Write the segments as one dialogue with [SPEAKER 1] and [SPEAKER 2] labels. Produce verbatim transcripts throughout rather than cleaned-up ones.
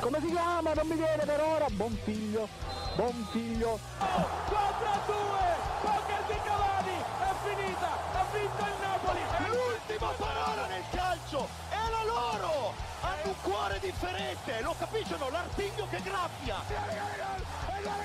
[SPEAKER 1] come si chiama? Non mi viene per ora. Buon figlio, buon figlio.
[SPEAKER 2] quattro a due, poker di Cavani, è finita, ha vinto il Napoli.
[SPEAKER 3] L'ultima parola nel calcio è la loro. Hanno un cuore differente, lo capiscono, l'artiglio che graffia.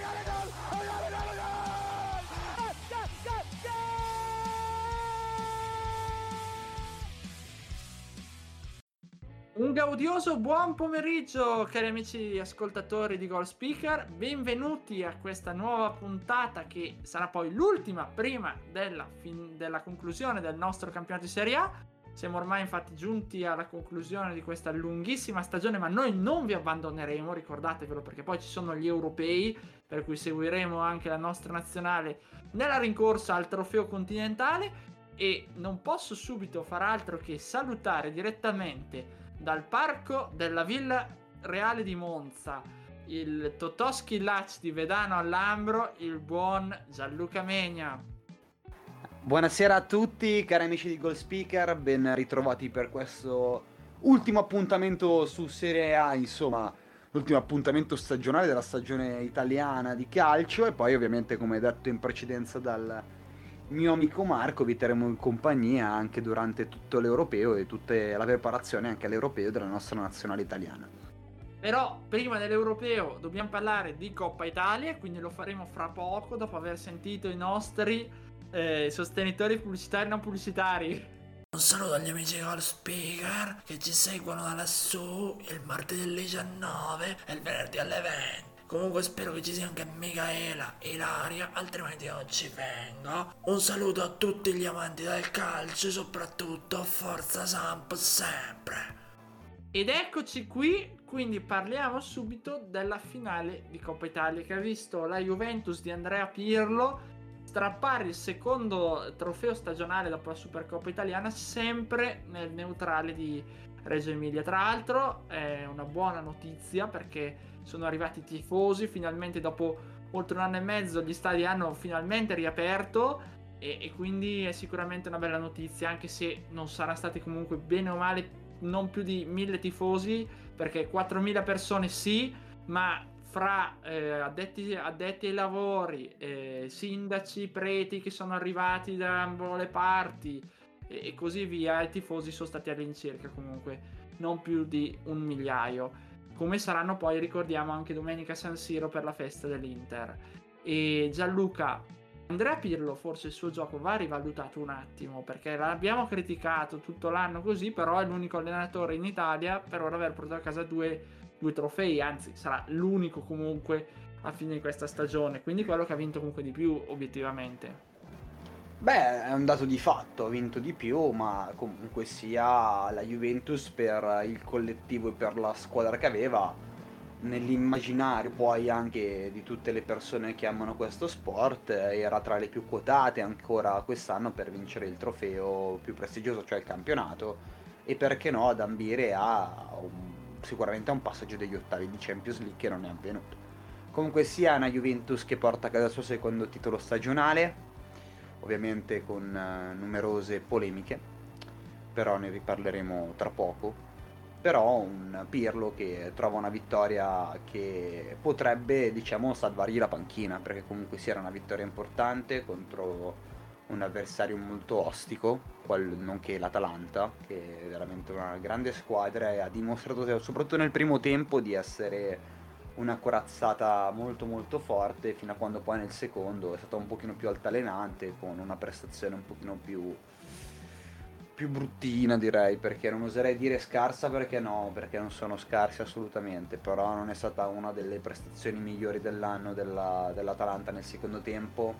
[SPEAKER 4] Un gaudioso buon pomeriggio, cari amici ascoltatori di Goal Speaker. Benvenuti a questa nuova puntata che sarà poi l'ultima prima della, fin- della conclusione del nostro campionato di Serie A. Siamo ormai infatti giunti alla conclusione di questa lunghissima stagione, ma noi non vi abbandoneremo, ricordatevelo, perché poi ci sono gli europei, per cui seguiremo anche la nostra nazionale nella rincorsa al trofeo continentale. E non posso subito far altro che salutare direttamente dal parco della Villa Reale di Monza, il Totoschi Lac di Vedano al Lambro, il buon Gianluca Megna.
[SPEAKER 5] Buonasera a tutti cari amici di Goal Speaker, ben ritrovati per questo ultimo appuntamento su Serie A, insomma l'ultimo appuntamento stagionale della stagione italiana di calcio, e poi ovviamente, come detto in precedenza dal mio amico Marco, vi terremo in compagnia anche durante tutto l'europeo e tutta la preparazione anche all'europeo della nostra nazionale italiana.
[SPEAKER 4] Però prima dell'europeo dobbiamo parlare di Coppa Italia, quindi lo faremo fra poco, dopo aver sentito i nostri eh, sostenitori pubblicitari e non pubblicitari.
[SPEAKER 6] Un saluto agli amici di Goal Speaker che ci seguono da lassù il martedì alle diciannove e il venerdì alle venti. Comunque spero che ci sia anche Michaela e Ilaria, altrimenti non ci vengo. Un saluto a tutti gli amanti del calcio e soprattutto Forza Samp sempre.
[SPEAKER 4] Ed eccoci qui, quindi parliamo subito della finale di Coppa Italia, che ha visto la Juventus di Andrea Pirlo strappare il secondo trofeo stagionale dopo la Supercoppa italiana, sempre nel neutrale di Reggio Emilia. Tra l'altro è una buona notizia perché sono arrivati i tifosi, finalmente dopo oltre un anno e mezzo gli stadi hanno finalmente riaperto e, e quindi è sicuramente una bella notizia, anche se non saranno stati comunque bene o male non più di mille tifosi, perché quattromila persone sì, ma fra eh, addetti, addetti ai lavori, eh, sindaci, preti che sono arrivati da ambo le parti e, e così via, i tifosi sono stati all'incirca comunque non più di un migliaio, come saranno poi, ricordiamo, anche domenica a San Siro per la festa dell'Inter. E Gianluca, Andrea Pirlo forse il suo gioco va rivalutato un attimo, perché l'abbiamo criticato tutto l'anno così, però è l'unico allenatore in Italia per ora aver portato a casa due, due trofei, anzi sarà l'unico comunque a fine di questa stagione, quindi quello che ha vinto comunque di più obiettivamente.
[SPEAKER 5] Beh, è un dato di fatto, ha vinto di più, ma comunque sia la Juventus, per il collettivo e per la squadra che aveva, nell'immaginario poi anche di tutte le persone che amano questo sport, era tra le più quotate ancora quest'anno per vincere il trofeo più prestigioso, cioè il campionato, e perché no ad ambire a un, sicuramente a un passaggio degli ottavi di Champions League, che non è avvenuto. Comunque sia una Juventus che porta a casa il suo secondo titolo stagionale, ovviamente con uh, numerose polemiche, però ne riparleremo tra poco. Però un Pirlo che trova una vittoria che potrebbe, diciamo, salvargli la panchina, perché comunque sia era una vittoria importante contro un avversario molto ostico, qual, nonché l'Atalanta, che è veramente una grande squadra e ha dimostrato, soprattutto nel primo tempo, di essere una corazzata molto molto forte, fino a quando poi nel secondo è stata un pochino più altalenante, con una prestazione un pochino più più bruttina, direi, perché non oserei dire scarsa, perché no, perché non sono scarsi assolutamente, però non è stata una delle prestazioni migliori dell'anno della, dell'Atalanta nel secondo tempo.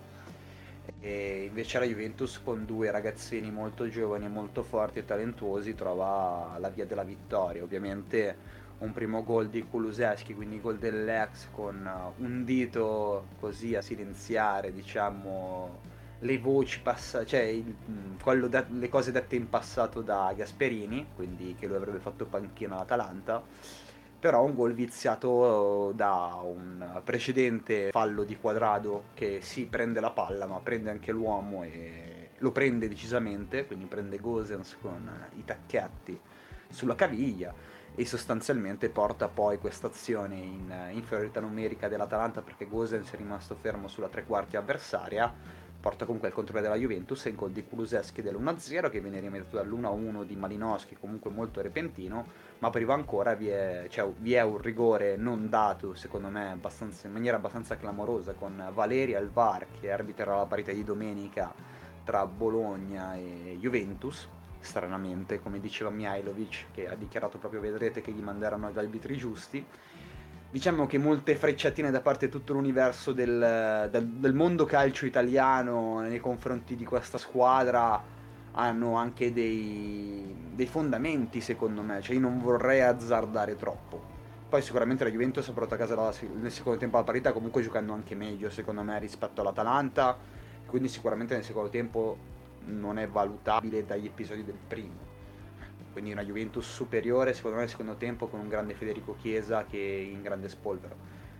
[SPEAKER 5] E invece la Juventus, con due ragazzini molto giovani e molto forti e talentuosi, trova la via della vittoria. Ovviamente un primo gol di Kulusevski, quindi gol dell'ex, con un dito così a silenziare, diciamo, le voci passate, cioè il, quello de- le cose dette in passato da Gasperini, quindi che lui avrebbe fatto panchina all'Atalanta. Però un gol viziato da un precedente fallo di Quadrado, che sì, prende la palla ma prende anche l'uomo e lo prende decisamente, quindi prende Gosens con i tacchetti sulla caviglia, e sostanzialmente porta poi questa azione in uh, inferiorità numerica dell'Atalanta, perché Gosens è rimasto fermo sulla tre quarti avversaria, porta comunque al controllo della Juventus e il gol di Kulusevski dell'uno a zero che viene rimediato dall'uno a uno di Malinowski, comunque molto repentino, ma prima ancora vi è, cioè, vi è un rigore non dato secondo me abbastanza, in maniera abbastanza clamorosa, con Valeri al V A R che arbitra la partita di domenica tra Bologna e Juventus, stranamente, come diceva Mihailovic, che ha dichiarato proprio, vedrete, che gli manderanno gli arbitri giusti. Diciamo che molte frecciatine da parte di tutto l'universo del, del, del mondo calcio italiano nei confronti di questa squadra hanno anche dei, dei fondamenti, secondo me, cioè io non vorrei azzardare troppo. Poi sicuramente la Juventus ha portato a casa la, nel secondo tempo la partita comunque giocando anche meglio secondo me rispetto all'Atalanta, quindi sicuramente nel secondo tempo non è valutabile dagli episodi del primo. Quindi una Juventus superiore secondo me nel secondo tempo, con un grande Federico Chiesa che in grande spolvero.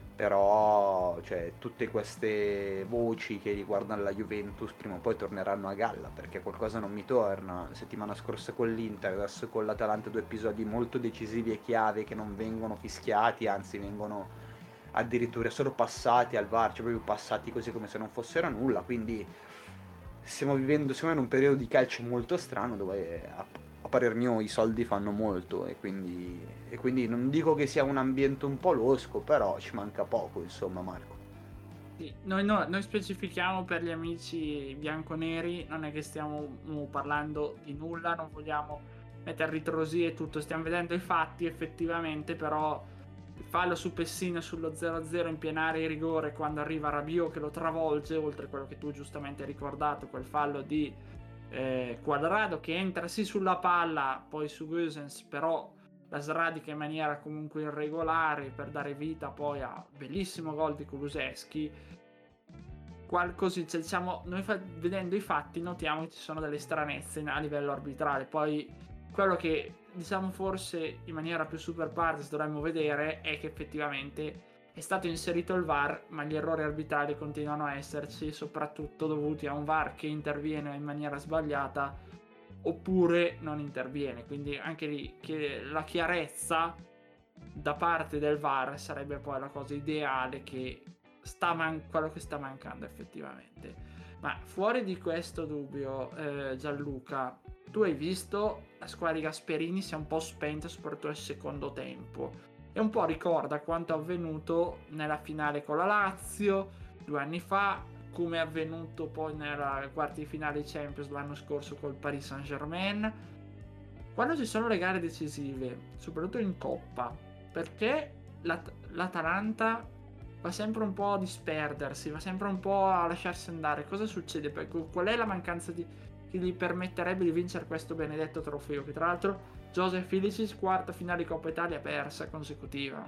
[SPEAKER 5] Però cioè, tutte queste voci che riguardano la Juventus prima o poi torneranno a galla, perché qualcosa non mi torna. La settimana scorsa con l'Inter, adesso con l'Atalanta, due episodi molto decisivi e chiave che non vengono fischiati, anzi vengono addirittura solo passati al V A R, cioè proprio passati così come se non fossero nulla. Quindi stiamo vivendo secondo me in un periodo di calcio molto strano, dove a a parer mio i soldi fanno molto, e quindi, e quindi non dico che sia un ambiente un po' losco, però ci manca poco, insomma, Marco.
[SPEAKER 4] Sì, noi, no, noi specifichiamo per gli amici bianconeri, non è che stiamo uh, parlando di nulla, non vogliamo mettere ritrosie e tutto, stiamo vedendo i fatti effettivamente, però il fallo su Pessina sullo zero a zero in piena area di rigore, quando arriva Rabiot che lo travolge, oltre a quello che tu giustamente hai ricordato, quel fallo di Eh, Quadrado che entra sì sulla palla, poi su Gosens, però la sradica in maniera comunque irregolare per dare vita poi a bellissimo gol di Kulusevski. Qualcosa, cioè, diciamo, noi fa- vedendo i fatti notiamo che ci sono delle stranezze a livello arbitrale. Poi quello che diciamo forse in maniera più super partes dovremmo vedere è che effettivamente è stato inserito il V A R, ma gli errori arbitrali continuano a esserci, soprattutto dovuti a un V A R che interviene in maniera sbagliata oppure non interviene. Quindi anche lì che la chiarezza da parte del V A R sarebbe poi la cosa ideale, che sta man- quello che sta mancando effettivamente. Ma fuori di questo dubbio, eh, Gianluca, tu hai visto la squadra di Gasperini si è un po' spenta, soprattutto nel secondo tempo. E un po' ricorda quanto avvenuto nella finale con la Lazio due anni fa, come è avvenuto poi nella quarta di finale Champions l'anno scorso col Paris Saint-Germain. Quando ci sono le gare decisive, soprattutto in Coppa, perché l'At- l'Atalanta va sempre un po' a disperdersi, va sempre un po' a lasciarsi andare? Cosa succede? Qual è la mancanza di, che gli permetterebbe di vincere questo benedetto trofeo, che tra l'altro Joseph Ilicic, quarta finale di Coppa Italia persa consecutiva?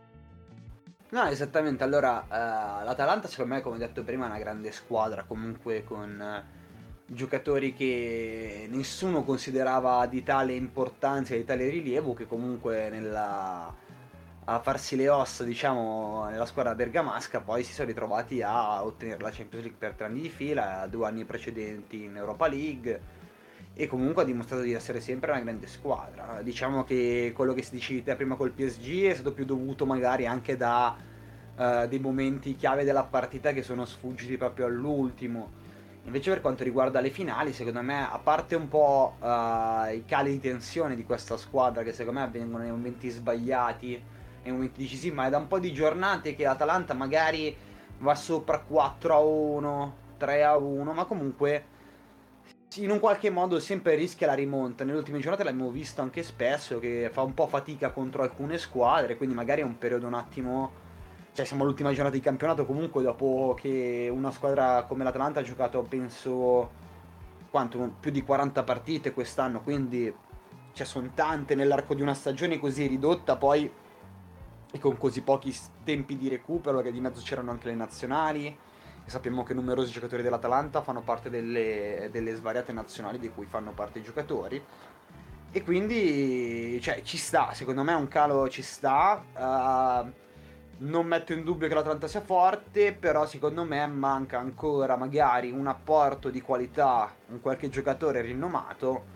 [SPEAKER 5] No, esattamente. Allora, uh, l'Atalanta secondo me, come detto prima, è una grande squadra, comunque con uh, giocatori che nessuno considerava di tale importanza e di tale rilievo, che comunque nella, a farsi le ossa, diciamo, nella squadra bergamasca poi si sono ritrovati a ottenere la Champions League per tre anni di fila, due anni precedenti in Europa League, e comunque ha dimostrato di essere sempre una grande squadra. Diciamo che quello che si dicevi te prima col P S G è stato più dovuto magari anche da uh, dei momenti chiave della partita che sono sfuggiti proprio all'ultimo. Invece per quanto riguarda le finali, secondo me, a parte un po' uh, i cali di tensione di questa squadra, che secondo me avvengono nei momenti sbagliati, nei momenti decisivi, ma è da un po' di giornate che l'Atalanta magari va sopra quattro a uno, tre a uno, ma comunque in un qualche modo sempre rischia la rimonta. Nelle ultime giornate l'abbiamo visto anche spesso che fa un po' fatica contro alcune squadre, quindi magari è un periodo un attimo, cioè siamo all'ultima giornata di campionato comunque, dopo che una squadra come l'Atalanta ha giocato penso quanto, più di quaranta partite quest'anno, quindi cioè sono tante nell'arco di una stagione così ridotta, poi e con così pochi tempi di recupero, perché di mezzo c'erano anche le nazionali. Sappiamo che numerosi giocatori dell'Atalanta fanno parte delle, delle svariate nazionali di cui fanno parte i giocatori, e quindi cioè, ci sta, secondo me un calo ci sta. Uh, non metto in dubbio che l'Atalanta sia forte, però secondo me manca ancora magari un apporto di qualità, un qualche giocatore rinomato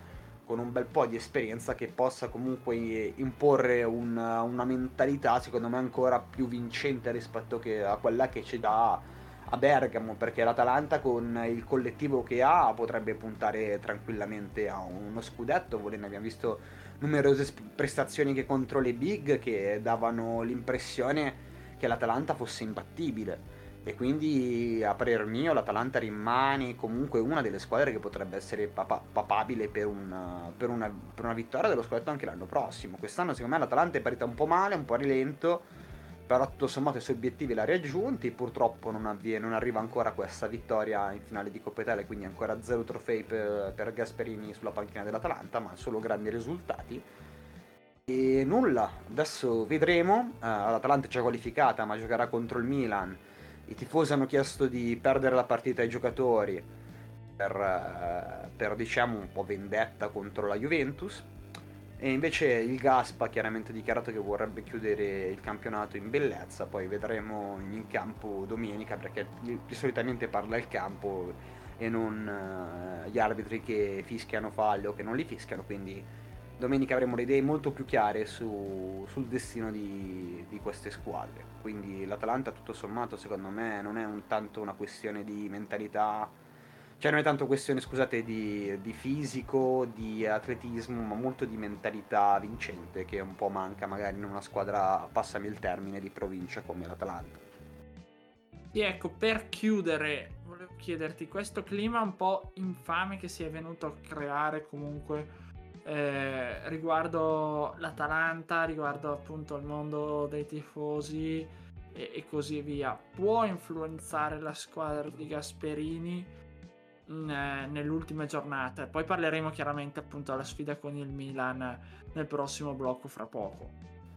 [SPEAKER 5] con un bel po' di esperienza che possa comunque imporre un, una mentalità secondo me ancora più vincente rispetto che a quella che ci dà a Bergamo, perché l'Atalanta con il collettivo che ha potrebbe puntare tranquillamente a uno scudetto. Volendo, abbiamo visto numerose prestazioni che contro le big che davano l'impressione che l'Atalanta fosse imbattibile. E quindi a parer mio l'Atalanta rimane comunque una delle squadre che potrebbe essere papa- papabile per una, per, una, per una vittoria dello scudetto anche l'anno prossimo. Quest'anno secondo me l'Atalanta è partita un po' male, un po' a rilento, però tutto sommato i suoi obiettivi l'ha raggiunti. Purtroppo non, avviene, non arriva ancora questa vittoria in finale di Coppa Italia, quindi ancora zero trofei per, per Gasperini sulla panchina dell'Atalanta, ma solo grandi risultati. E nulla, adesso vedremo. uh, l'Atalanta è già qualificata ma giocherà contro il Milan. I tifosi hanno chiesto di perdere la partita ai giocatori per, per diciamo un po' vendetta contro la Juventus, e invece il Gaspa ha chiaramente dichiarato che vorrebbe chiudere il campionato in bellezza. Poi vedremo in campo domenica, perché solitamente parla il campo e non uh, gli arbitri che fischiano falli o che non li fischiano, quindi domenica avremo le idee molto più chiare su, sul destino di, di queste squadre. Quindi l'Atalanta tutto sommato secondo me non è un tanto una questione di mentalità, cioè non è tanto questione, scusate, di, di fisico, di atletismo, ma molto di mentalità vincente, che un po' manca magari in una squadra, passami il termine, di provincia come l'Atalanta.
[SPEAKER 4] E ecco, per chiudere volevo chiederti questo clima un po' infame che si è venuto a creare comunque Eh, riguardo l'Atalanta, riguardo appunto il mondo dei tifosi e, e così via, può influenzare la squadra di Gasperini in, eh, nell'ultima giornata? Poi parleremo chiaramente appunto della sfida con il Milan nel prossimo blocco fra poco.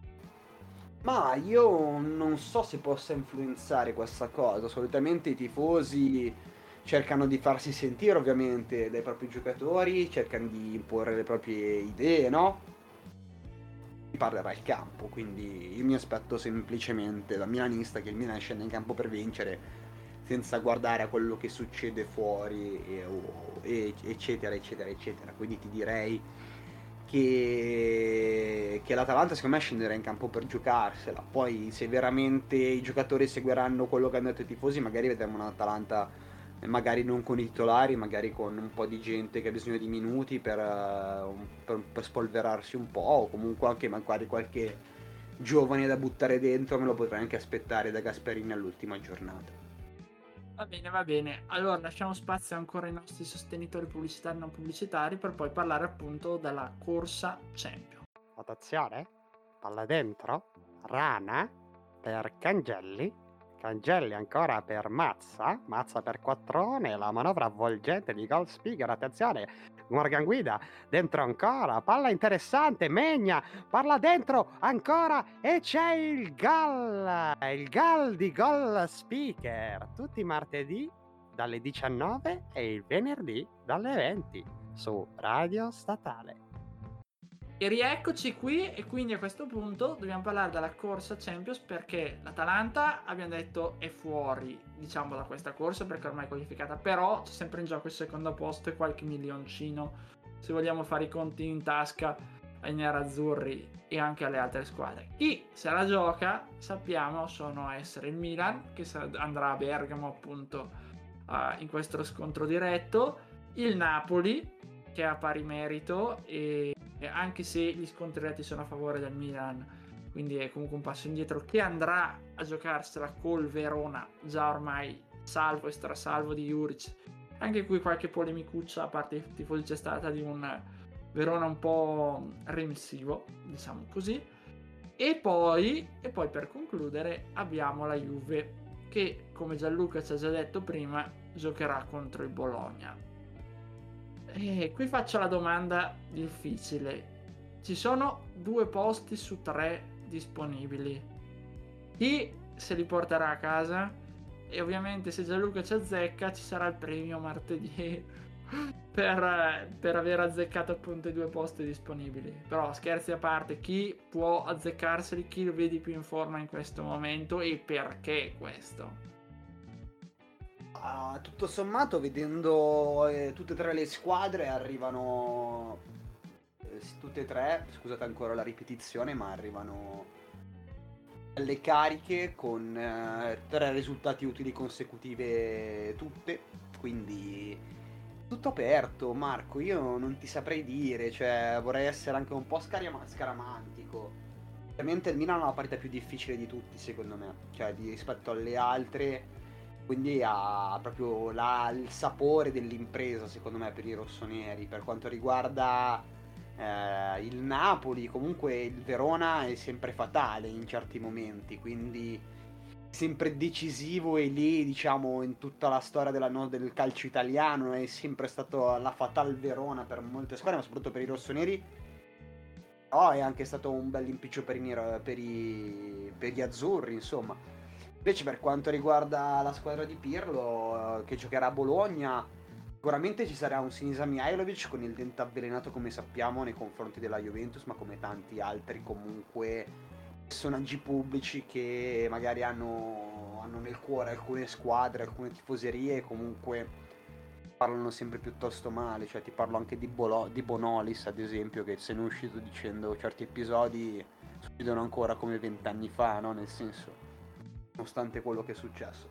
[SPEAKER 5] Ma io non so se possa influenzare questa cosa. Solitamente i tifosi cercano di farsi sentire ovviamente dai propri giocatori, cercano di imporre le proprie idee, no? Parlerà il campo, quindi io mi aspetto semplicemente da milanista che il Milan scenda in campo per vincere, senza guardare a quello che succede fuori e, o, e, eccetera eccetera eccetera. Quindi ti direi che, che l'Atalanta secondo me scenderà in campo per giocarsela. Poi se veramente i giocatori seguiranno quello che hanno detto i tifosi, magari vedremo un'Atalanta magari non con i titolari, magari con un po' di gente che ha bisogno di minuti per, per, per spolverarsi un po', o comunque anche magari qualche giovane da buttare dentro me lo potrei anche aspettare da Gasperini all'ultima giornata.
[SPEAKER 4] Va bene, va bene. Allora lasciamo spazio ancora ai nostri sostenitori pubblicitari e non pubblicitari per poi parlare appunto della corsa Champions.
[SPEAKER 7] Attenzione, palla dentro, Rana per Cangelli, Cangelli ancora per Mazza, Mazza per Quattrone, la manovra avvolgente di Goal Speaker, attenzione, Morgan Guida, dentro ancora, palla interessante, Megna, palla dentro ancora e c'è il gol, il gol di Goal Speaker, tutti i martedì dalle diciannove e il venerdì dalle venti su Radio Statale.
[SPEAKER 4] E rieccoci qui, e quindi a questo punto dobbiamo parlare della corsa Champions, perché l'Atalanta, abbiamo detto, è fuori diciamo da questa corsa perché ormai è qualificata, però c'è sempre in gioco il secondo posto e qualche milioncino se vogliamo fare i conti in tasca ai nerazzurri e anche alle altre squadre. Chi se la gioca sappiamo sono essere il Milan, che andrà a Bergamo appunto uh, in questo scontro diretto, il Napoli che ha pari merito, e anche se gli scontri diretti sono a favore del Milan, quindi è comunque un passo indietro, che andrà a giocarsela col Verona, già ormai salvo e strasalvo di Juric. Anche qui qualche polemicuccia a parte i tifosi c'è stata, di un Verona un po' remissivo, diciamo così. E poi, e poi per concludere abbiamo la Juve che, come Gianluca ci ha già detto prima, giocherà contro il Bologna. E qui faccio la domanda difficile. Ci sono due posti su tre disponibili. Chi se li porterà a casa? E ovviamente se Gianluca ci azzecca ci sarà il premio martedì per, per aver azzeccato appunto i due posti disponibili. Però scherzi a parte, chi può azzeccarseli? Chi lo vedi più in forma in questo momento e perché questo?
[SPEAKER 5] Uh, tutto sommato, vedendo eh, tutte e tre le squadre, arrivano eh, tutte e tre, scusate ancora la ripetizione, ma arrivano alle cariche con eh, tre risultati utili consecutive tutte, quindi tutto aperto. Marco, io non ti saprei dire, cioè vorrei essere anche un po' scaria- scaramantico. Ovviamente il Milan ha la partita più difficile di tutti, secondo me, cioè di, rispetto alle altre, quindi ha proprio la- il sapore dell'impresa, secondo me, per i rossoneri. Per quanto riguarda eh, il Napoli, comunque il Verona è sempre fatale in certi momenti, quindi sempre decisivo, e lì, diciamo, in tutta la storia della, no, del calcio italiano è sempre stato la fatal Verona per molte squadre, ma soprattutto per i rossoneri. No, è anche stato un bel impiccio per i, nero- per i, per gli azzurri, insomma. Invece per quanto riguarda la squadra di Pirlo, eh, che giocherà a Bologna, sicuramente ci sarà un Sinisa Mihajlovic con il dente avvelenato, come sappiamo, nei confronti della Juventus, ma come tanti altri comunque personaggi pubblici che magari hanno, hanno nel cuore alcune squadre, alcune tifoserie, e comunque parlano sempre piuttosto male. Cioè ti parlo anche di, Bolo- di Bonolis, ad esempio, che se ne è uscito dicendo certi episodi succedono ancora come vent'anni fa, no? Nel senso, nonostante quello che è successo.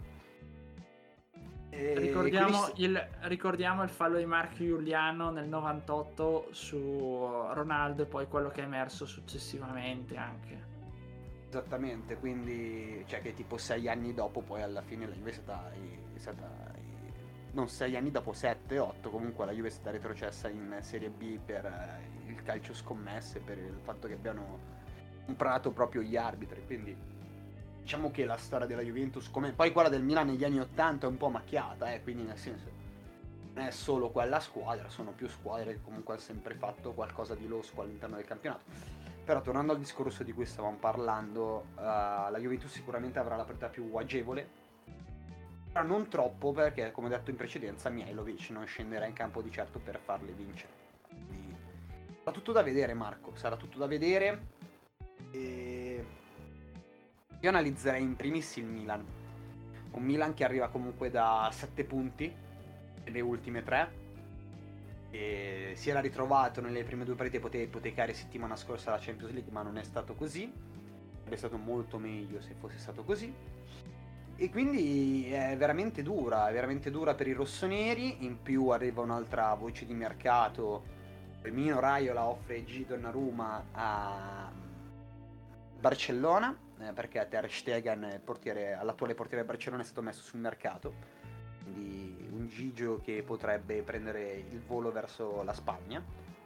[SPEAKER 5] E
[SPEAKER 4] Ricordiamo
[SPEAKER 5] quindi-
[SPEAKER 4] il, ricordiamo il fallo di Marco Giuliano nel novantotto su Ronaldo, e poi quello che è emerso successivamente anche.
[SPEAKER 5] Esattamente, quindi cioè che tipo sei anni dopo poi alla fine la Juve è stata, è stata non sei anni dopo, sette otto, comunque la Juve è stata retrocessa in Serie B per eh, il calcio scommesse, per il fatto che abbiano comprato proprio gli arbitri. Quindi diciamo che la storia della Juventus, come poi quella del Milan negli anni ottanta, è un po' macchiata, eh, quindi nel senso non è solo quella squadra, sono più squadre che comunque hanno sempre fatto qualcosa di losco all'interno del campionato. Però tornando al discorso di cui stavamo parlando, uh, la Juventus sicuramente avrà la partita più agevole, però non troppo, perché come ho detto in precedenza Mihajlovic non scenderà in campo di certo per farle vincere. Quindi sarà tutto da vedere, Marco, sarà tutto da vedere. E io analizzerei in primis il Milan, un Milan che arriva comunque da sette punti nelle ultime tre, e si era ritrovato nelle prime due partite, poteva ipotecare settimana scorsa la Champions League, ma non è stato così. Sarebbe stato molto meglio se fosse stato così, e quindi è veramente dura, è veramente dura per i rossoneri. In più arriva un'altra voce di mercato, Mino Raiola offre Gigi Donnarumma a Barcellona, eh, perché Ter Stegen, portiere, all'attuale portiere del Barcellona, è stato messo sul mercato, quindi un Gigio che potrebbe prendere il volo verso la Spagna.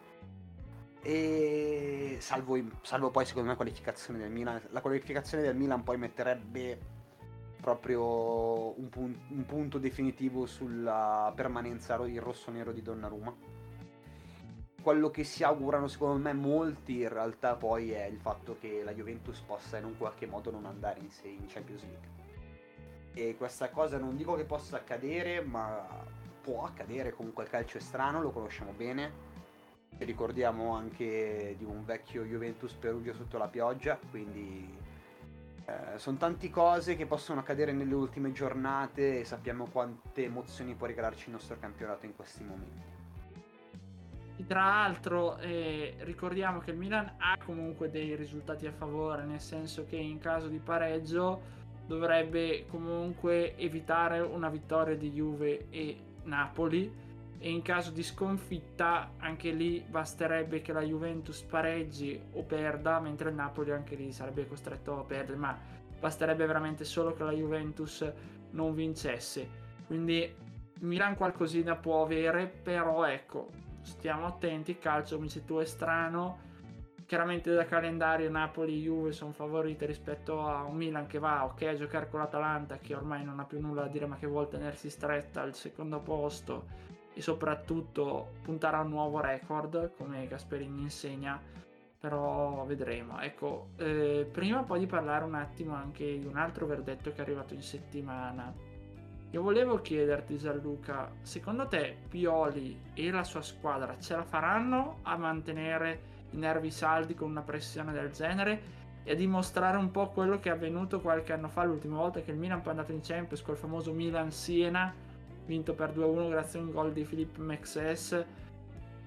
[SPEAKER 5] E salvo, salvo poi secondo me qualificazione del Milan, la qualificazione del Milan poi metterebbe proprio un, pun- un punto definitivo sulla permanenza ro- il rosso-nero di Donnarumma. Quello che si augurano secondo me molti in realtà poi è il fatto che la Juventus possa in un qualche modo non andare in, in Champions League. E questa cosa non dico che possa accadere, ma può accadere. Comunque il calcio è strano, lo conosciamo bene, e ricordiamo anche di un vecchio Juventus Perugia sotto la pioggia, quindi eh, sono tante cose che possono accadere nelle ultime giornate, e sappiamo quante emozioni può regalarci il nostro campionato in questi momenti.
[SPEAKER 4] Tra l'altro eh, ricordiamo che il Milan ha comunque dei risultati a favore, nel senso che in caso di pareggio dovrebbe comunque evitare una vittoria di Juve e Napoli, e in caso di sconfitta anche lì basterebbe che la Juventus pareggi o perda, mentre il Napoli anche lì sarebbe costretto a perdere, ma basterebbe veramente solo che la Juventus non vincesse. Quindi il Milan qualcosina può avere, però ecco, stiamo attenti. Il calcio, come dici tu, è strano. Chiaramente da calendario Napoli e Juve sono favorite rispetto a un Milan che va ok a giocare con l'Atalanta, che ormai non ha più nulla da dire ma che vuole tenersi stretta al secondo posto e soprattutto puntare a un nuovo record come Gasperini insegna. Però vedremo. Ecco, eh, prima poi di parlare un attimo anche di un altro verdetto che è arrivato in settimana, io volevo chiederti, Gianluca, secondo te Pioli e la sua squadra ce la faranno a mantenere i nervi saldi con una pressione del genere e a dimostrare un po' quello che è avvenuto qualche anno fa, l'ultima volta che il Milan è andato in Champions, quel famoso Milan-Siena vinto per due a uno grazie a un gol di Philippe Mexes?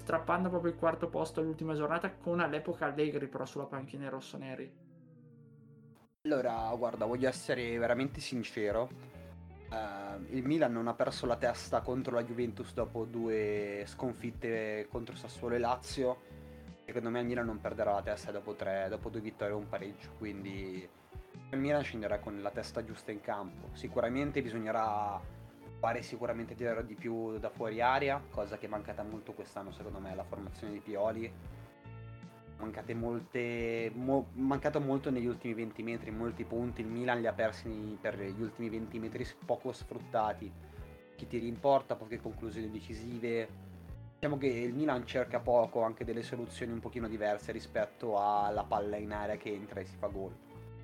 [SPEAKER 4] strappando proprio il quarto posto all'ultima giornata, con all'epoca Allegri però sulla panchina ai rossoneri.
[SPEAKER 5] Allora, guarda, voglio essere veramente sincero. Uh, il Milan non ha perso la testa contro la Juventus dopo due sconfitte contro Sassuolo e Lazio. Secondo me il Milan non perderà la testa dopo, tre, dopo due vittorie e un pareggio, quindi il Milan scenderà con la testa giusta in campo. Sicuramente bisognerà fare sicuramente tirare di più da fuori area, cosa che è mancata molto quest'anno secondo me, la formazione di Pioli. Mancate molte, mo, mancato molto negli ultimi venti metri, molti punti il Milan li ha persi per gli ultimi venti metri poco sfruttati, chi tiri in porta, poche conclusioni decisive. Diciamo che il Milan cerca poco anche delle soluzioni un pochino diverse rispetto alla palla in area che entra e si fa gol.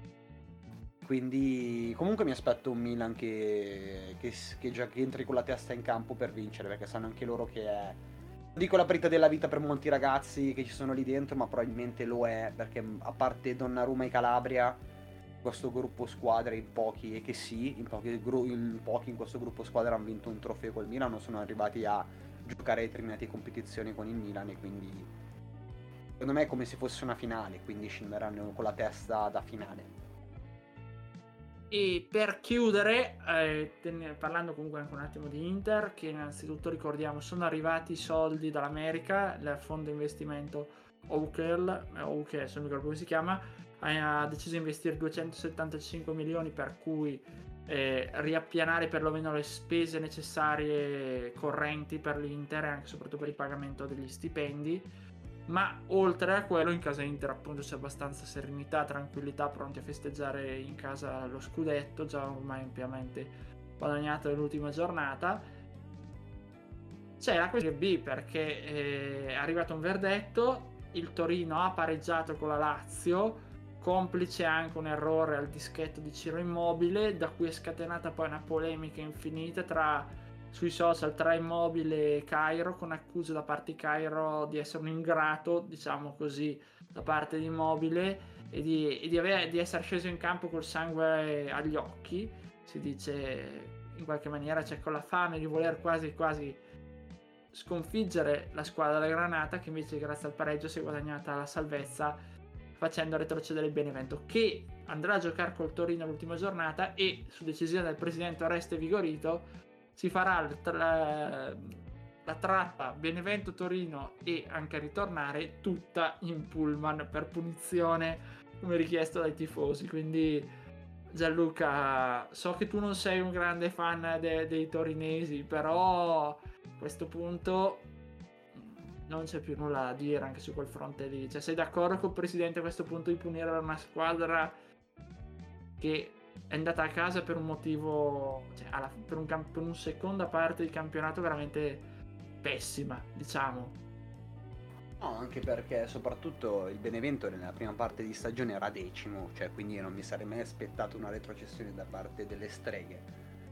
[SPEAKER 5] Quindi comunque mi aspetto un Milan che, che, che, già, che entri con la testa in campo per vincere, perché sanno anche loro che è, non dico la partita della vita per molti ragazzi che ci sono lì dentro, ma probabilmente lo è, perché a parte Donnarumma e Calabria, questo gruppo squadra in pochi, e che sì, in pochi, in pochi in questo gruppo squadra hanno vinto un trofeo col Milan, non sono arrivati a giocare determinate competizioni con il Milan, e quindi secondo me è come se fosse una finale, quindi scenderanno con la testa da finale.
[SPEAKER 4] E per chiudere, eh, ten- parlando comunque anche un attimo di Inter, che innanzitutto ricordiamo sono arrivati i soldi dall'America, il fondo investimento Oakel, Oakel, se non mi ricordo come si chiama, ha deciso di investire duecentosettantacinque milioni, per cui eh, riappianare perlomeno le spese necessarie correnti per l'Inter e anche soprattutto per il pagamento degli stipendi. Ma oltre a quello, in casa Inter appunto c'è abbastanza serenità, tranquillità, pronti a festeggiare in casa lo scudetto, già ormai ampiamente guadagnato nell'ultima giornata. C'è la questione B, perché eh, è arrivato un verdetto, il Torino ha pareggiato con la Lazio, complice anche un errore al dischetto di Ciro Immobile, da cui è scatenata poi una polemica infinita tra... sui social tra Immobile e Cairo, con accuse da parte di Cairo di essere un ingrato, diciamo così, da parte di Immobile, e di, e di, aver, di essere sceso in campo col sangue agli occhi, si dice in qualche maniera, cioè con la fame di voler quasi quasi sconfiggere la squadra della Granata, che invece grazie al pareggio si è guadagnata la salvezza facendo retrocedere il Benevento, che andrà a giocare col Torino l'ultima giornata, e su decisione del presidente Oreste Vigorito si farà la, la tratta Benevento-Torino e anche a ritornare tutta in pullman per punizione, come richiesto dai tifosi. Quindi Gianluca, so che tu non sei un grande fan de, dei torinesi, però a questo punto non c'è più nulla da dire anche su quel fronte lì. Cioè, sei d'accordo col presidente a questo punto di punire una squadra che è andata a casa per un motivo, cioè alla, per, un, per un seconda parte di campionato veramente pessima, diciamo?
[SPEAKER 5] No, anche perché soprattutto il Benevento nella prima parte di stagione era decimo, cioè quindi non mi sarei mai aspettato una retrocessione da parte delle streghe,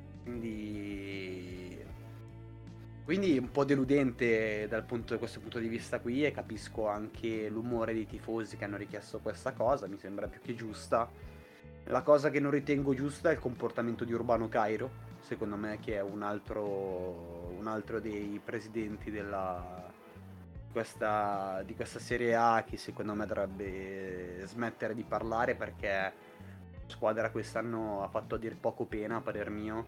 [SPEAKER 5] quindi quindi un po' deludente dal punto, da questo punto di vista qui, e capisco anche l'umore dei tifosi che hanno richiesto questa cosa, mi sembra più che giusta. La cosa che non ritengo giusta è il comportamento di Urbano Cairo, secondo me, che è un altro, un altro dei presidenti della, questa, di questa Serie A, che secondo me dovrebbe smettere di parlare, perché la squadra quest'anno ha fatto a dir poco pena, a parer mio.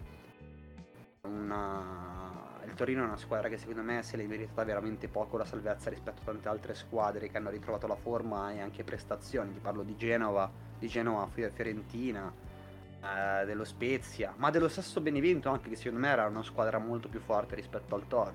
[SPEAKER 5] Una... Il Torino è una squadra che secondo me se l'è meritata veramente poco la salvezza rispetto a tante altre squadre che hanno ritrovato la forma e anche prestazioni. Ti parlo di Genova, di Genova, Fiorentina, eh, dello Spezia, ma dello stesso Benevento anche, che secondo me era una squadra molto più forte rispetto al Toro.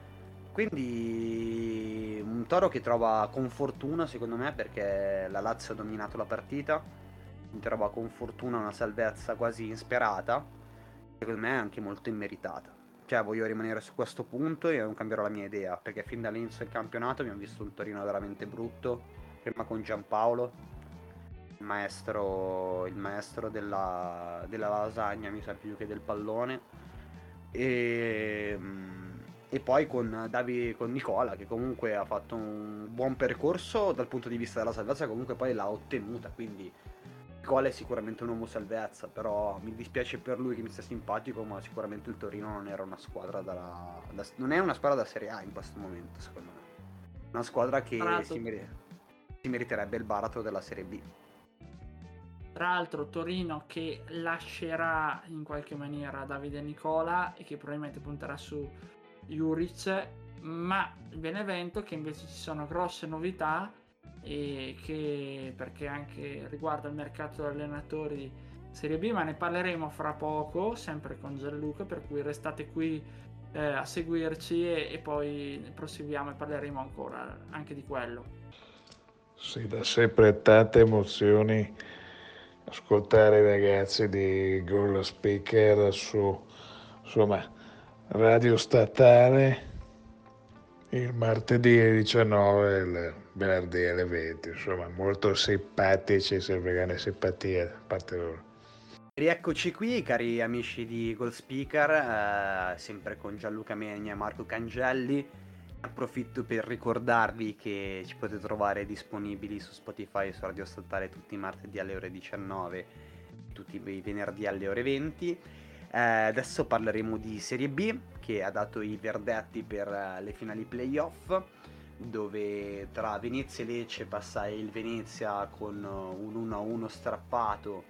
[SPEAKER 5] Quindi un Toro che trova con fortuna, secondo me, perché la Lazio ha dominato la partita, trova con fortuna una salvezza quasi insperata, secondo me anche molto immeritata. Cioè, voglio rimanere su questo punto e non cambierò la mia idea, perché fin dall'inizio del campionato abbiamo visto un Torino veramente brutto, prima con Giampaolo, il maestro, il maestro della, della lasagna, mi sa più che del pallone, e, e poi con, Davi, con Nicola, che comunque ha fatto un buon percorso dal punto di vista della salvezza, comunque poi l'ha ottenuta, quindi Nicola è sicuramente un uomo salvezza, però mi dispiace per lui, che mi sta simpatico, ma sicuramente il Torino non era una squadra da, da non è una squadra da Serie A in questo momento, secondo me. Una squadra che
[SPEAKER 4] Tra l'altro-
[SPEAKER 5] si, mer- si meriterebbe il baratro della Serie B.
[SPEAKER 4] Tra l'altro Torino che lascerà in qualche maniera Davide Nicola e che probabilmente punterà su Juric, ma il Benevento che invece ci sono grosse novità, e che perché anche riguarda il mercato degli allenatori Serie B, ma ne parleremo fra poco sempre con Gianluca, per cui restate qui eh, a seguirci e, e poi proseguiamo e parleremo ancora anche di quello.
[SPEAKER 8] Sì, dà sempre tante emozioni ascoltare i ragazzi di Goal Speaker su, insomma, radio statale il martedì alle diciannove e il venerdì alle venti, insomma, molto simpatici, sempre grande simpatia da parte loro.
[SPEAKER 5] Rieccoci qui, cari amici di Goal Speaker, eh, sempre con Gianluca Megna e Marco Cangelli. Approfitto per ricordarvi che ci potete trovare disponibili su Spotify e su Radio Statale tutti i martedì alle ore diciannove, tutti i venerdì alle ore venti. Eh, adesso parleremo di Serie B, che ha dato i verdetti per uh, le finali playoff, dove tra Venezia e Lecce passa il Venezia con uh, un uno a uno strappato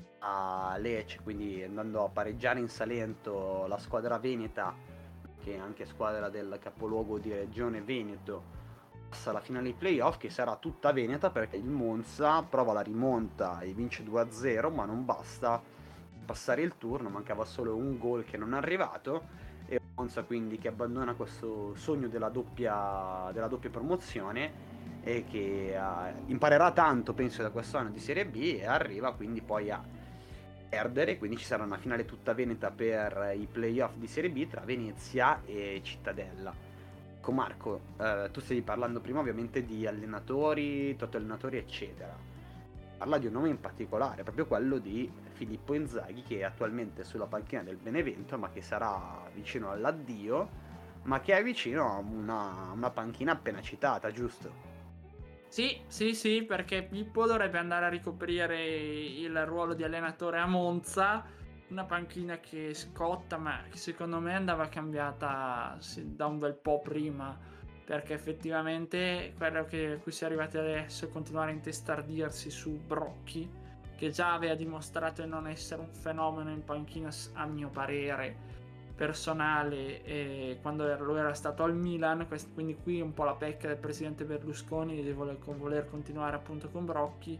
[SPEAKER 5] a Lecce, quindi andando a pareggiare in Salento la squadra veneta, che è anche squadra del capoluogo di regione Veneto, passa alla finale playoff, che sarà tutta veneta perché il Monza prova la rimonta e vince due a zero, ma non basta passare il turno, mancava solo un gol che non è arrivato, e Monza quindi che abbandona questo sogno della doppia, della doppia promozione, e che uh, imparerà tanto penso da quest'anno di Serie B, e arriva quindi poi a perdere, quindi ci sarà una finale tutta veneta per i playoff di Serie B tra Venezia e Cittadella. Ecco Marco, eh, tu stavi parlando prima ovviamente di allenatori, toto allenatori eccetera. Parla di un nome in particolare, proprio quello di Filippo Inzaghi, che è attualmente sulla panchina del Benevento, ma che sarà vicino all'addio, ma che è vicino a una, una panchina appena citata, giusto?
[SPEAKER 4] Sì, sì, sì, perché Pippo dovrebbe andare a ricoprire il ruolo di allenatore a Monza, una panchina che scotta, ma che secondo me andava cambiata da un bel po' prima, perché effettivamente quello che a cui si è arrivati adesso è continuare a intestardirsi su Brocchi, che già aveva dimostrato di non essere un fenomeno in panchina, a mio parere personale, eh, quando lo era stato al Milan. Quindi qui un po' la pecca del presidente Berlusconi di voler, voler continuare appunto con Brocchi,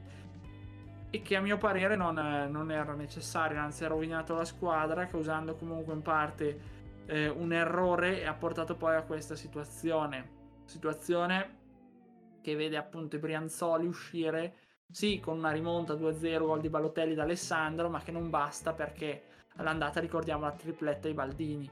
[SPEAKER 4] e che a mio parere non, non era necessario, anzi ha rovinato la squadra, causando comunque in parte eh, un errore, e ha portato poi a questa situazione situazione che vede appunto i Brianzoli uscire, sì, con una rimonta due a zero, gol di Balotelli da Alessandro, ma che non basta, perché all'andata ricordiamo la tripletta ai Baldini.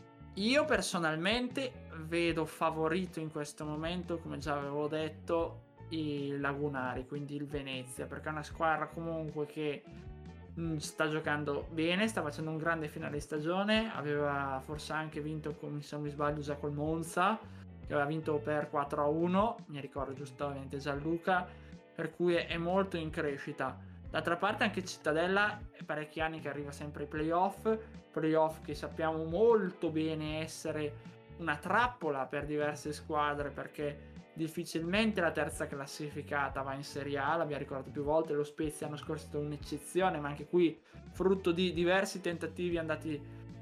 [SPEAKER 4] Io personalmente vedo favorito in questo momento, come già avevo detto, i Lagunari, quindi il Venezia, perché è una squadra comunque che mh, sta giocando bene, sta facendo un grande finale di stagione, aveva forse anche vinto, come se non mi sbaglio, già col Monza, che aveva vinto per quattro a uno, mi ricordo giustamente Gianluca, per cui è molto in crescita. D'altra parte anche Cittadella è parecchi anni che arriva sempre ai playoff, playoff che sappiamo molto bene essere una trappola per diverse squadre, perché difficilmente la terza classificata va in Serie A, l'abbiamo ricordato più volte, lo Spezia l'anno scorso è stata un'eccezione, ma anche qui frutto di diversi tentativi andati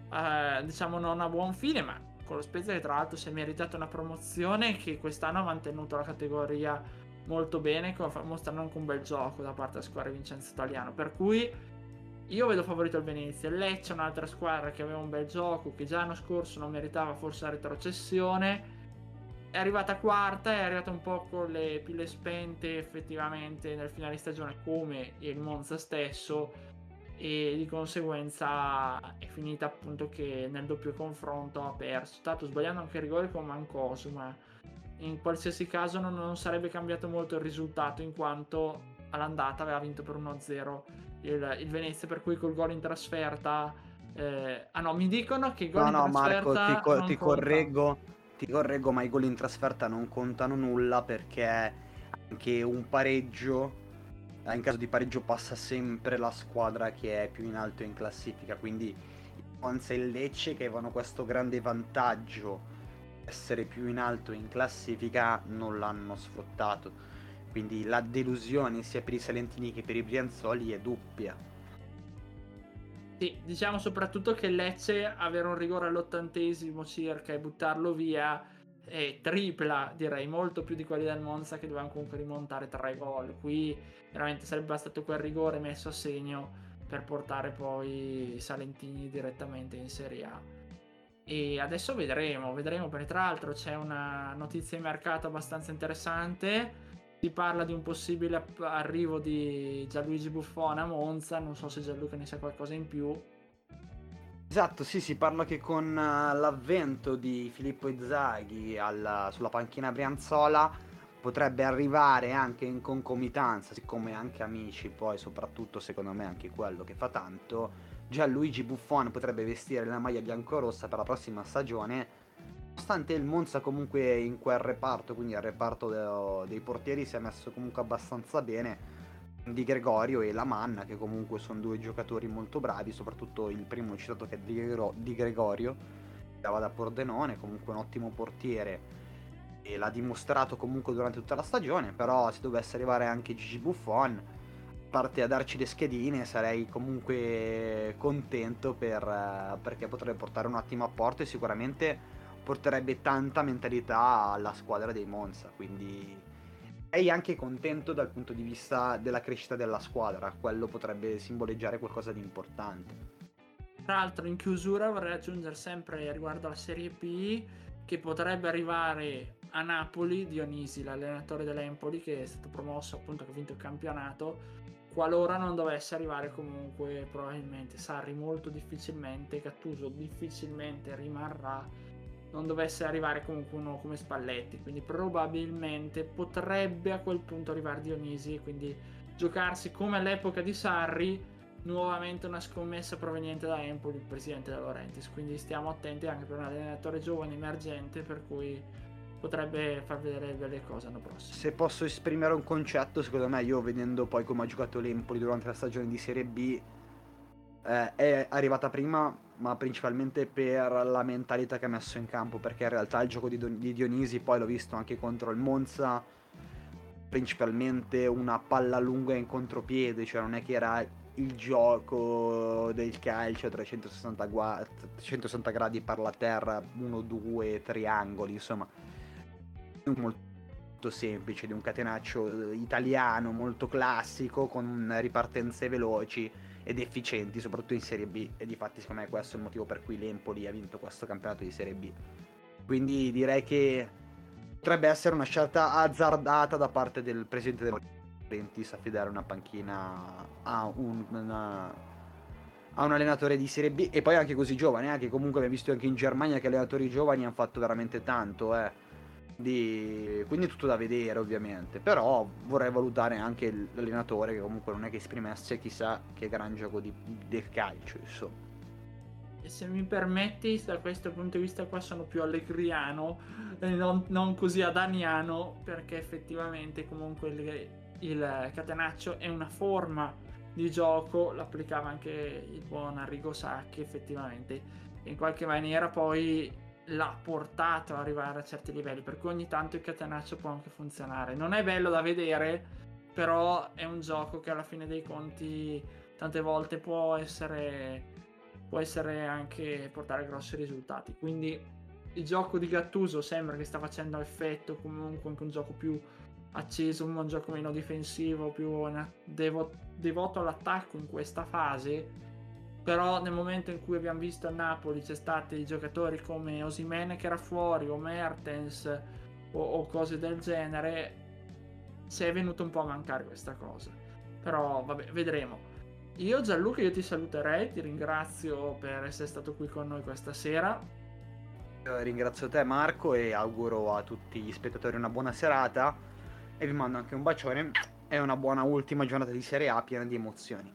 [SPEAKER 4] eh, diciamo non a buon fine, ma con lo Spezia che tra l'altro si è meritato una promozione, che quest'anno ha mantenuto la categoria molto bene, mostrando anche un bel gioco da parte della squadra Vincenzo Italiano, per cui io vedo favorito il Venezia. Il Lecce è un'altra squadra che aveva un bel gioco, che già l'anno scorso non meritava forse la retrocessione, è arrivata quarta, è arrivata un po' con le pile spente effettivamente nel finale di stagione, come il Monza stesso, e di conseguenza è finita appunto che nel doppio confronto ha perso, stato sbagliando anche il rigore con Mancosu, ma in qualsiasi caso non, non sarebbe cambiato molto il risultato, in quanto all'andata aveva vinto per uno a zero il, il Venezia, per cui col gol in trasferta eh, ah no, mi dicono che i gol
[SPEAKER 5] No,
[SPEAKER 4] in
[SPEAKER 5] no, Marco,
[SPEAKER 4] trasferta
[SPEAKER 5] ti, co-
[SPEAKER 4] non
[SPEAKER 5] ti
[SPEAKER 4] conta.
[SPEAKER 5] correggo, ti correggo, ma i gol in trasferta non contano nulla, perché anche un pareggio, in caso di pareggio passa sempre la squadra che è più in alto in classifica, quindi il Monza e il Lecce, che avevano questo grande vantaggio essere più in alto in classifica non l'hanno sfruttato, quindi la delusione sia per i salentini che per i brianzoli è doppia.
[SPEAKER 4] Sì, diciamo soprattutto che Lecce avere un rigore all'ottantesimo circa e buttarlo via è tripla, direi, molto più di quelli del Monza che dovevano comunque rimontare tre gol. Qui veramente sarebbe bastato quel rigore messo a segno per portare poi i salentini direttamente in Serie A. E adesso vedremo, vedremo perché tra l'altro c'è una notizia di mercato abbastanza interessante. Si parla di un possibile app- arrivo di Gianluigi Buffon a Monza, non so se Gianluca ne sa qualcosa in più.
[SPEAKER 5] Esatto, sì, si parla che con uh, l'avvento di Filippo Inzaghi alla- sulla panchina brianzola potrebbe arrivare anche in concomitanza, siccome anche amici, poi soprattutto secondo me anche quello che fa tanto, Gianluigi Buffon potrebbe vestire la maglia biancorossa per la prossima stagione, nonostante il Monza comunque in quel reparto, quindi al reparto de- dei portieri, si è messo comunque abbastanza bene. Di Gregorio e la Manna, che comunque sono due giocatori molto bravi, soprattutto il primo citato che è Di, Gregor- Di Gregorio, che va da Pordenone, comunque un ottimo portiere e l'ha dimostrato comunque durante tutta la stagione. Però se dovesse arrivare anche Gigi Buffon, a parte a darci le schedine, sarei comunque contento per, eh, perché potrebbe portare un ottimo apporto e sicuramente porterebbe tanta mentalità alla squadra dei Monza, quindi sei anche contento dal punto di vista della crescita della squadra. Quello potrebbe simboleggiare qualcosa di importante.
[SPEAKER 4] Tra l'altro in chiusura vorrei aggiungere sempre riguardo alla Serie B che potrebbe arrivare a Napoli Dionisi, l'allenatore dell'Empoli, che è stato promosso, appunto, che ha vinto il campionato, qualora non dovesse arrivare comunque probabilmente Sarri molto difficilmente, Gattuso difficilmente rimarrà, non dovesse arrivare comunque uno come Spalletti, quindi probabilmente potrebbe a quel punto arrivare Dionisi e quindi giocarsi come all'epoca di Sarri nuovamente una scommessa proveniente da Empoli, il presidente De Laurentiis, quindi stiamo attenti anche per un allenatore giovane emergente, per cui potrebbe far vedere delle cose l'anno prossimo.
[SPEAKER 5] Se posso esprimere un concetto, secondo me, io vedendo poi come ha giocato l'Empoli durante la stagione di Serie B, eh, è arrivata prima, ma principalmente per la mentalità che ha messo in campo, perché in realtà il gioco di, Don- di Dionisi, poi l'ho visto anche contro il Monza, principalmente una palla lunga in contropiede, cioè non è che era il gioco del calcio a trecentosessanta, gua- trecentosessanta gradi per la terra, uno due triangoli, insomma molto semplice, di un catenaccio italiano molto classico, con ripartenze veloci ed efficienti, soprattutto in Serie B, e difatti secondo me questo è il motivo per cui l'Empoli ha vinto questo campionato di Serie B. Quindi direi che potrebbe essere una scelta azzardata da parte del presidente De Laurentiis affidare una panchina a un, una, a un allenatore di Serie B, e poi anche così giovane, anche comunque abbiamo visto anche in Germania che allenatori giovani hanno fatto veramente tanto, eh. Di... quindi tutto da vedere ovviamente, però vorrei valutare anche l'allenatore, che comunque non è che esprimesse chissà che gran gioco di, del calcio, insomma.
[SPEAKER 4] E se mi permetti, da questo punto di vista qua sono più allegriano, eh, non, non così adaniano, perché effettivamente comunque il, il catenaccio è una forma di gioco, l'applicava anche il buon Arrigo Sacchi, effettivamente in qualche maniera poi l'ha portato ad arrivare a certi livelli, per cui ogni tanto il catenaccio può anche funzionare. Non è bello da vedere, però è un gioco che alla fine dei conti tante volte può essere può essere anche portare grossi risultati. Quindi il gioco di Gattuso sembra che sta facendo effetto, comunque anche un gioco più acceso, un gioco meno difensivo, più devo, devoto all'attacco in questa fase. Però nel momento in cui abbiamo visto a Napoli c'è stati giocatori come Osimhen che era fuori, o Mertens o, o cose del genere, si è venuto un po' a mancare questa cosa. Però vabbè, vedremo. Io Gianluca, io ti saluterei, ti ringrazio per essere stato qui con noi questa sera.
[SPEAKER 5] Io ringrazio te Marco e auguro a tutti gli spettatori una buona serata e vi mando anche un bacione e una buona ultima giornata di Serie A piena di emozioni.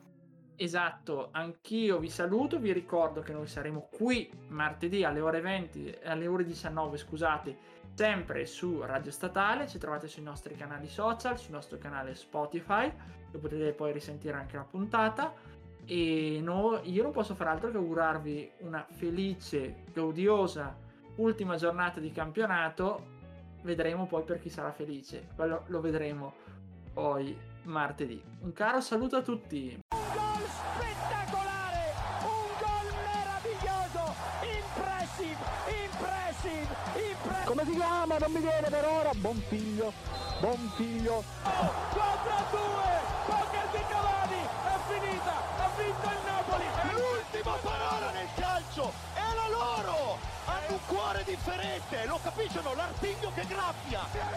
[SPEAKER 4] Esatto, anch'io vi saluto, vi ricordo che noi saremo qui martedì alle ore venti, alle ore diciannove, scusate, sempre su Radio Statale, ci trovate sui nostri canali social, sul nostro canale Spotify, dove potete poi risentire anche la puntata, e no, io non posso fare altro che augurarvi una felice, gaudiosa ultima giornata di campionato, vedremo poi per chi sarà felice, quello lo vedremo poi martedì. Un caro saluto a tutti.
[SPEAKER 2] Un gol spettacolare, un gol meraviglioso, impressive, impressive, impressive.
[SPEAKER 1] Come si chiama? Non mi viene per ora. Buon figlio, buon figlio.
[SPEAKER 2] quattro a due, poker di Cavani, è finita, ha vinto il Napoli.
[SPEAKER 3] L'ultima parola nel calcio è la loro! Hanno un cuore differente, lo capiscono? L'artiglio che graffia!